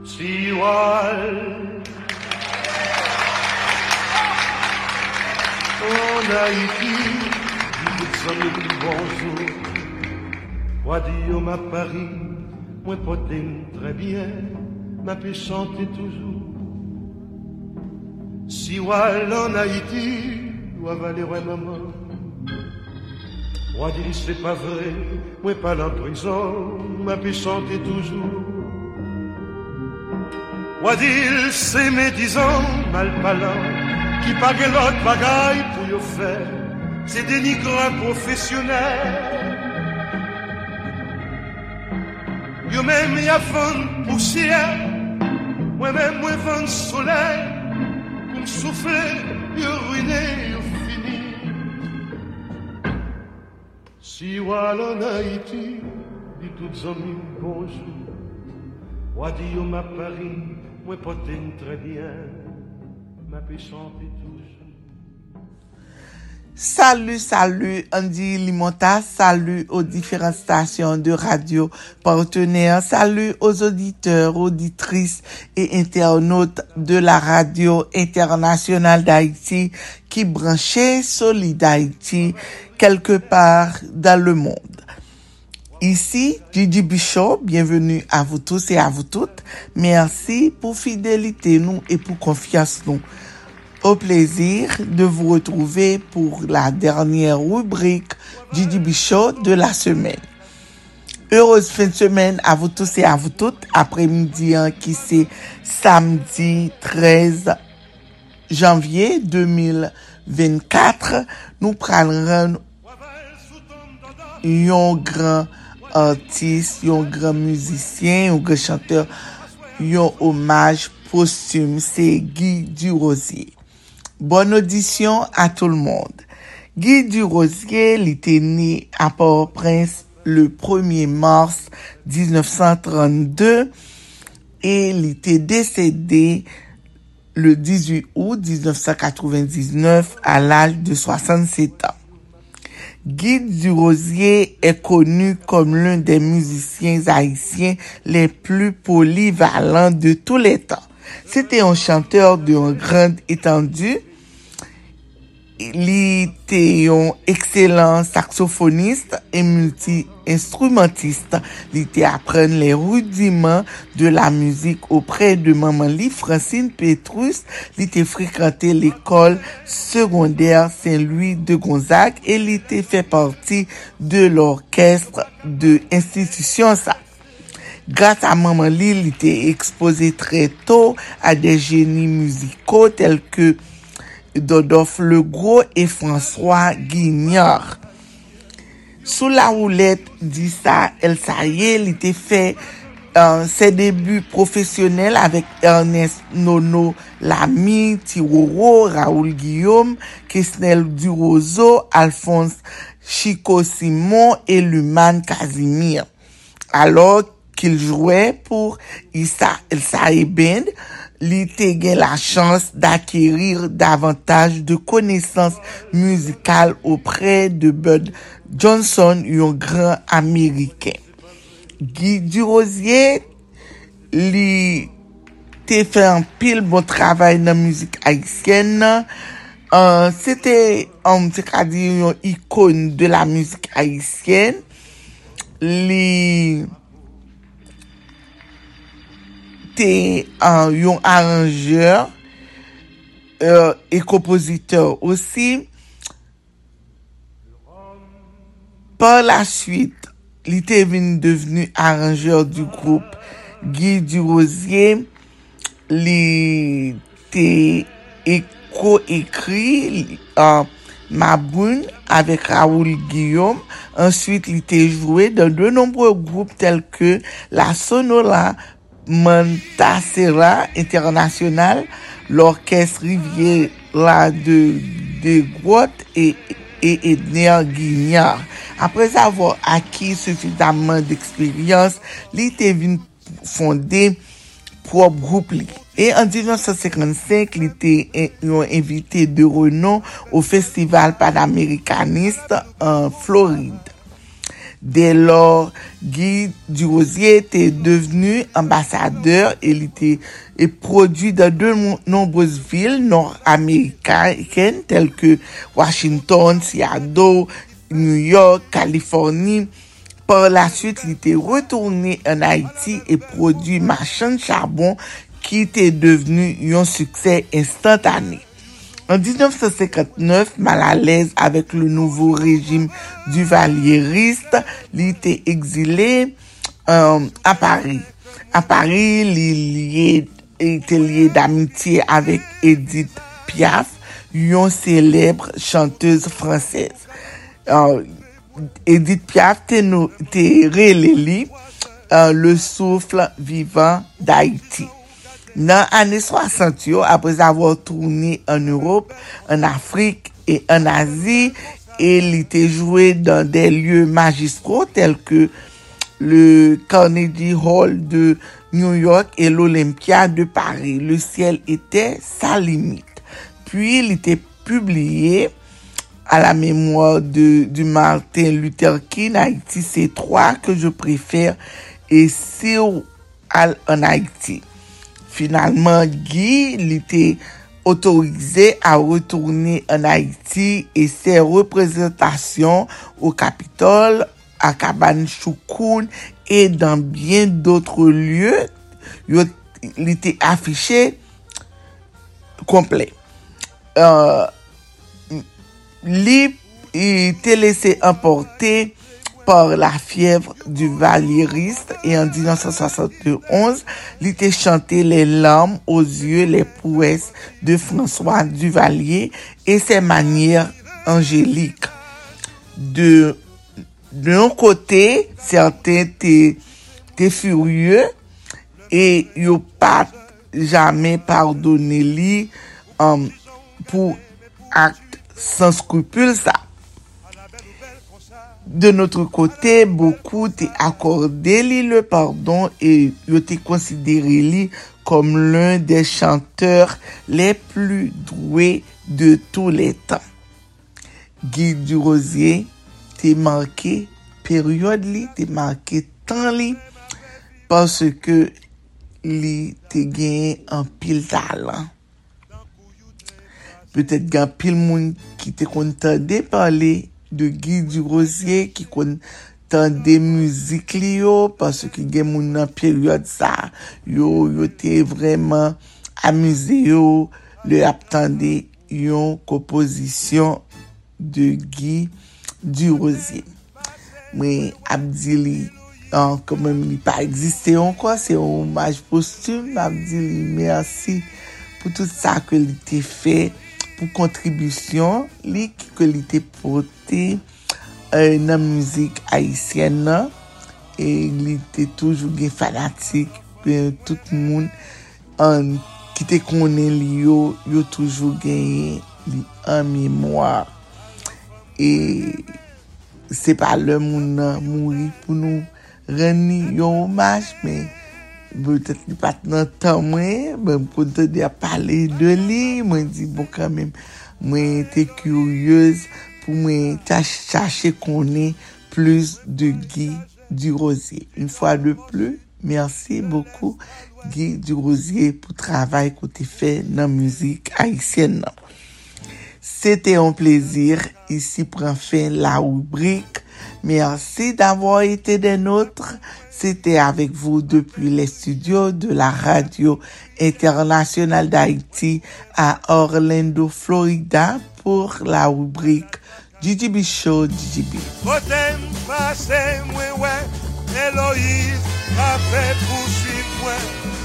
Siwal en Haïti, dit amis bonjour. Wadi ma Paris, moi pote très bien, m'a pu chanter toujours. Siwal en Haïti, ou avaler ouais maman. Wadi c'est pas vrai, moi pas en prison, m'a pu chanter toujours. Wadil, c'est mes 10 ans, mal parlant, qui pague l'autre bagaille pour y faire, c'est dénigrant professionnel. Yo même y a vent poussière, moi-même moi vent soleil, pour me souffler, yo ruiné, yo fini. Si wala en Haïti, dit toutes amis bonjour, Wadi yo ma Paris, moi pote très bien, m'a pu chanter toujours. Salut, Andy Limonta, salut aux différentes stations de radio partenaires, salut aux auditeurs, auditrices et internautes de la radio internationale d'Haïti qui branchait Solid Haïti quelque part dans le monde. Ici, Gigi Bishop, bienvenue à vous tous et à vous toutes. Merci pour fidélité nous et pour confiance nous. Au plaisir de vous retrouver pour la dernière rubrique Gigi Bishop de la semaine. Heureuse fin de semaine à vous tous et à vous toutes. Après-midi qui c'est samedi 13 janvier 2024. Nous prendrons un grand artiste, un grand musicien, un grand chanteur, un hommage posthume, c'est Guy Durosier. Bonne audition à tout le monde. Guy Durosier, il était né à Port-au-Prince le 1er mars 1932 et il était décédé le 18 août 1999 à l'âge de 67 ans. Guy Durosier est connu comme l'un des musiciens haïtiens les plus polyvalents de tous les temps. C'était un chanteur d'une grande étendue. Il était un excellent saxophoniste et multi-instrumentiste. Il était apprendre les rudiments de la musique auprès de maman Li Francine Petrus. Il était fréquenté l'école secondaire Saint-Louis de Gonzague et il était fait partie de l'orchestre de institution ça. Grâce à maman Li, il était exposé très tôt à des génies musicaux tels que Dodolphe Legros et François Guignard. Sous la houlette d'Issa El Sayed, il était fait ses débuts professionnels avec Ernest Nono Lamy, Tiroro, Raoul Guillaume, Kesnel Durozo, Alphonse Chico Simon et Luman Casimir. Alors qu'il jouait pour Issa El Sayed Band, il était eu la chance d'acquérir davantage de connaissances musicales auprès de Bud Johnson, un grand américain. Guy Durosier, il a fait un pile bon travail dans la musique haïtienne. C'était une icône de la musique haïtienne. Il était un arrangeur et compositeur aussi. Par la suite, il était devenu arrangeur du groupe Guy Durosier. Il était co-écrit Maboun avec Raoul Guillaume. Ensuite, il était joué dans de nombreux groupes tels que la Sonora Montasera International, l'orchestre Riviera de Grotte et Edner Guignard. Après avoir acquis suffisamment d'expérience, il était venu fonder propre groupe. Et en 1955, il était un invité de renom au Festival panaméricaniste en Floride. Dès lors, Guy Durosier était devenu ambassadeur et il était produit dans de nombreuses villes nord-américaines telles que Washington, Seattle, New York, Californie. Par la suite, il était retourné en Haïti et produit Marchand de charbon qui était devenu un succès instantané. En 1959, mal à l'aise avec le nouveau régime duvalieriste, il était exilé à Paris. À Paris, il était lié d'amitié avec Edith Piaf, une célèbre chanteuse française. Edith Piaf était relève le souffle vivant d'Haïti. Dans les années 60, après avoir tourné en Europe, en Afrique et en Asie, il était joué dans des lieux magistraux tels que le Carnegie Hall de New York et l'Olympia de Paris. Le ciel était sa limite. Puis, il était publié à la mémoire du Martin Luther King, Haïti, c'est 3 que je préfère, et c'est en Haïti. Finalement, Guy il était autorisé à retourner en Haïti et ses représentations au Capitole, à Cabane Choukoun et dans bien d'autres lieux, il était affiché complet. Il était laissé emporter par la fièvre du valieriste et en 1971, il était chanté les larmes aux yeux, les prouesses de François Duvalier et ses manières angéliques. D'un côté, certains étaient furieux et ils n'ont pas jamais pardonné lui pour acte sans scrupule ça. De notre côté, beaucoup t'ont accordé le pardon et ils t'ont considéré lui comme l'un des chanteurs les plus doués de tous les temps. Guy Durosier t'est marqué période li, t'est marqué temps li parce que li t'est gagné un pile talent. Peut-être qu'il y a pile monde qui te content de parler de Guy Durosier qui content des musiques li parce que gen moun nan période ça yo te vraiment amusé yo le attendé yon composition de Guy Durosier. Mais Abdili quand même il pas existé encore, c'est un hommage posthume. Abdili merci pour tout ça que il t'a fait, pour contribution que il t'a porté dans la musique haïtienne et il était toujours des fanatique tout le monde qui te connaît yo toujours gagné en mémoire et c'est pas le monde mourir pour nous rendre un hommage mais peut-être pas dans temps moi même content de parler de lui moi dit bon quand même moi était curieuse pour moi chercher connaître plus de Guy Durosier. Une fois de plus, merci beaucoup Guy Durosier pour le travail que tu fait dans la musique haïtienne. C'était un plaisir. Ici prend fin la rubrique. Merci d'avoir été des nôtres. C'était avec vous depuis les studios de la Radio Internationale d'Haïti à Orlando, Florida pour la rubrique DJB Show DJB. Héloïse a fait poursuivre moi.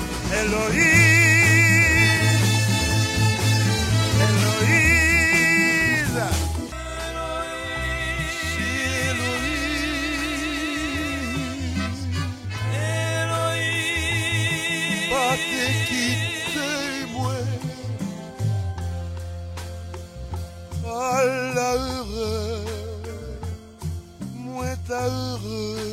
Héloïse, Héloïse, Héloïse, pas te quitter moi. Oh la heureux, moi ta heureux.